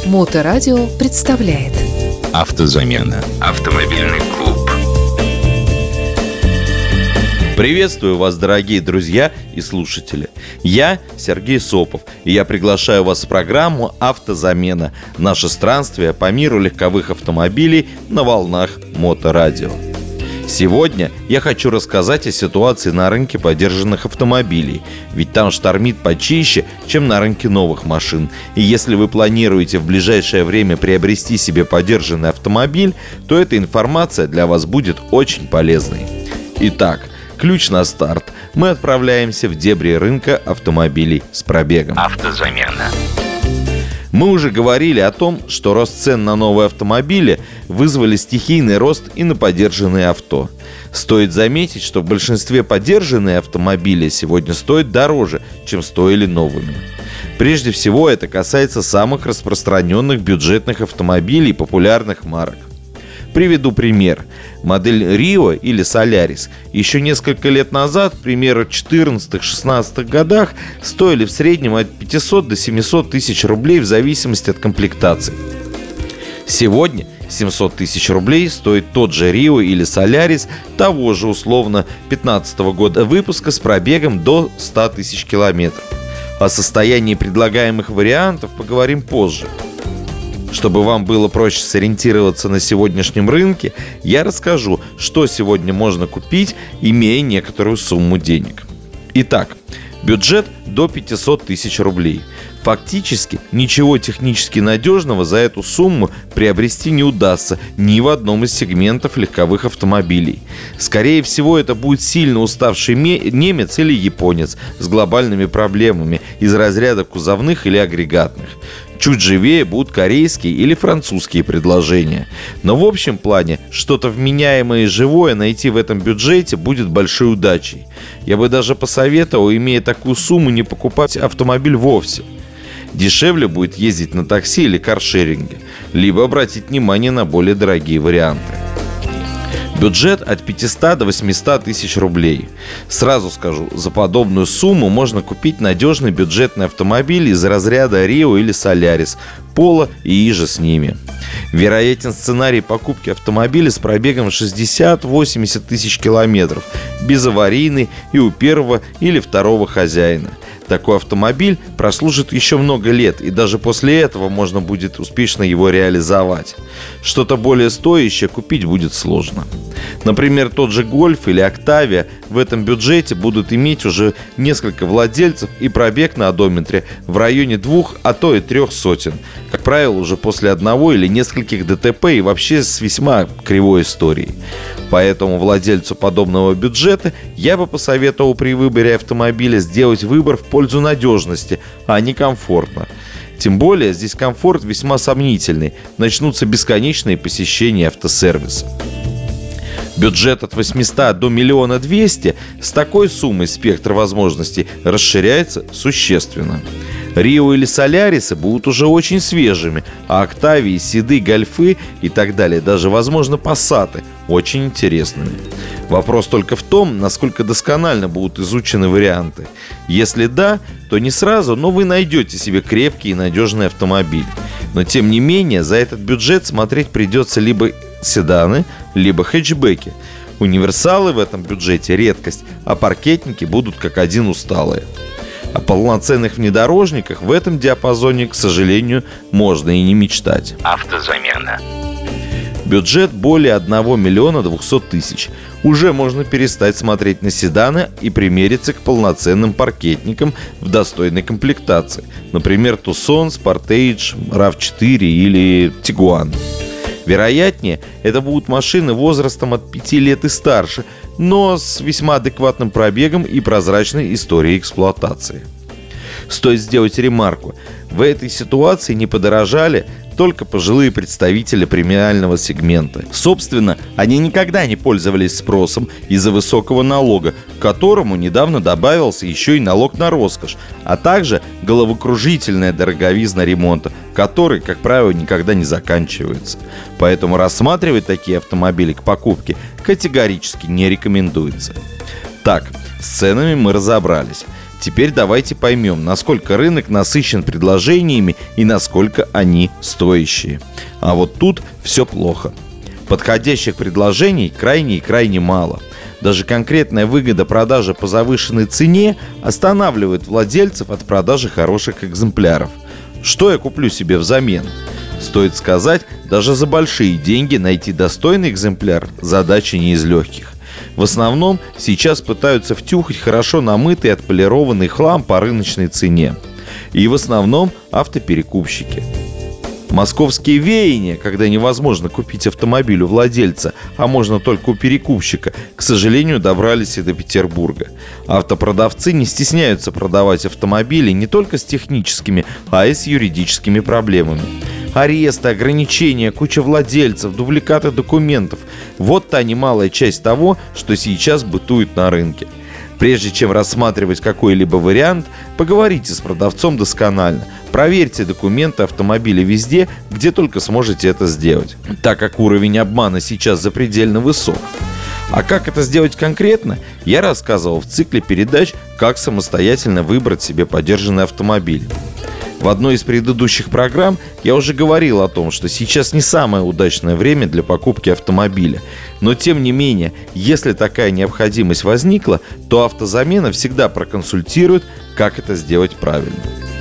Моторадио представляет Автозамена. Автомобильный клуб. Приветствую вас, дорогие друзья и слушатели. Я Сергей Сопов, и я приглашаю вас в программу «Автозамена». Наше странствие по миру легковых автомобилей на волнах Моторадио. Сегодня я хочу рассказать о ситуации на рынке подержанных автомобилей, ведь там штормит почище, чем на рынке новых машин. И если вы планируете в ближайшее время приобрести себе подержанный автомобиль, то эта информация для вас будет очень полезной. Итак, ключ на старт. Мы отправляемся в дебри рынка автомобилей с пробегом. Автозамена. Мы уже говорили о том, что рост цен на новые автомобили вызвали стихийный рост и на подержанные авто. Стоит заметить, что в большинстве подержанные автомобили сегодня стоят дороже, чем стоили новыми. Прежде всего, это касается самых распространенных бюджетных автомобилей популярных марок. Приведу пример. Модель Rio или Solaris еще несколько лет назад, к примеру, в 2014-2016 годах, стоили в среднем от 500 до 700 тысяч рублей в зависимости от комплектации. Сегодня 700 тысяч рублей стоит тот же Rio или Solaris того же условно 2015 года выпуска с пробегом до 100 тысяч километров. О состоянии предлагаемых вариантов поговорим позже. Чтобы вам было проще сориентироваться на сегодняшнем рынке, я расскажу, что сегодня можно купить, имея некоторую сумму денег. Итак, бюджет до 500 тысяч рублей. Фактически ничего технически надежного за эту сумму приобрести не удастся ни в одном из сегментов легковых автомобилей. Скорее всего, это будет сильно уставший немец или японец с глобальными проблемами из разряда кузовных или агрегатных. Чуть живее будут корейские или французские предложения. Но в общем плане что-то вменяемое и живое найти в этом бюджете будет большой удачей. Я бы даже посоветовал, имея такую сумму, не покупать автомобиль вовсе. Дешевле будет ездить на такси или каршеринге, либо обратить внимание на более дорогие варианты. Бюджет от 500 до 800 тысяч рублей. Сразу скажу, за подобную сумму можно купить надежный бюджетный автомобиль из разряда Rio или Solaris, Polo и иже с ними. Вероятен сценарий покупки автомобиля с пробегом 60-80 тысяч километров, безаварийный и у первого или второго хозяина. Такой автомобиль прослужит еще много лет, и даже после этого можно будет успешно его реализовать. Что-то более стоящее купить будет сложно. Например, тот же Golf или Octavia в этом бюджете будут иметь уже несколько владельцев и пробег на одометре в районе 2, а то и 3 сотен. Как правило, уже после одного или нескольких ДТП и вообще с весьма кривой историей. Поэтому владельцу подобного бюджета я бы посоветовал при выборе автомобиля сделать выбор в пользу надежности, а не комфорта. Тем более здесь комфорт весьма сомнительный, начнутся бесконечные посещения автосервиса. Бюджет от 800 до 1 200 000 с такой суммой спектр возможностей расширяется существенно. Рио или Солярисы будут уже очень свежими, а Октавии, Седы, Гольфы и так далее, даже, возможно, Пассаты, очень интересными. Вопрос только в том, насколько досконально будут изучены варианты. Если да, то не сразу, но вы найдете себе крепкий и надежный автомобиль. Но тем не менее, за этот бюджет смотреть придется либо седаны, либо хэтчбеки. Универсалы в этом бюджете редкость, а паркетники будут как один усталые. О полноценных внедорожниках в этом диапазоне, к сожалению, можно и не мечтать. Автозамена. Бюджет более 1 200 000. Уже можно перестать смотреть на седаны и примериться к полноценным паркетникам в достойной комплектации. Например, Tucson, Sportage, RAV4 или Tiguan. Вероятнее, это будут машины возрастом от 5 лет и старше, но с весьма адекватным пробегом и прозрачной историей эксплуатации. Стоит сделать ремарку. В этой ситуации не подорожали только пожилые представители премиального сегмента. Собственно, они никогда не пользовались спросом из-за высокого налога, к которому недавно добавился еще и налог на роскошь, а также головокружительная дороговизна ремонта, который, как правило, никогда не заканчивается. Поэтому рассматривать такие автомобили к покупке категорически не рекомендуется. Так, с ценами мы разобрались. Теперь давайте поймем, насколько рынок насыщен предложениями и насколько они стоящие. А вот тут все плохо. Подходящих предложений крайне и крайне мало. Даже конкретная выгода продажи по завышенной цене останавливает владельцев от продажи хороших экземпляров. Что я куплю себе взамен? Стоит сказать, даже за большие деньги найти достойный экземпляр – задача не из легких. В основном сейчас пытаются втюхать хорошо намытый и отполированный хлам по рыночной цене. И в основном автоперекупщики. Московские веяния, когда невозможно купить автомобиль у владельца, а можно только у перекупщика, к сожалению, добрались и до Петербурга. Автопродавцы не стесняются продавать автомобили не только с техническими, а и с юридическими проблемами. Аресты, ограничения, куча владельцев, дубликаты документов – вот та немалая часть того, что сейчас бытует на рынке. Прежде чем рассматривать какой-либо вариант, поговорите с продавцом досконально. Проверьте документы автомобиля везде, где только сможете это сделать, так как уровень обмана сейчас запредельно высок. А как это сделать конкретно, я рассказывал в цикле передач «Как самостоятельно выбрать себе подержанный автомобиль». В одной из предыдущих программ я уже говорил о том, что сейчас не самое удачное время для покупки автомобиля. Но тем не менее, если такая необходимость возникла, то автозамена всегда проконсультирует, как это сделать правильно.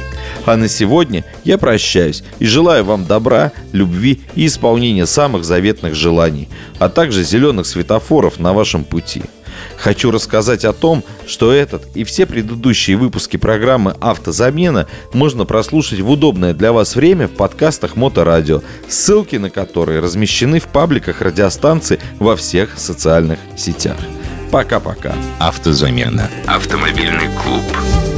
А на сегодня я прощаюсь и желаю вам добра, любви и исполнения самых заветных желаний, а также зеленых светофоров на вашем пути. Хочу рассказать о том, что этот и все предыдущие выпуски программы «Автозамена» можно прослушать в удобное для вас время в подкастах Моторадио, ссылки на которые размещены в пабликах радиостанций во всех социальных сетях. Пока-пока. Автозамена. Автомобильный клуб.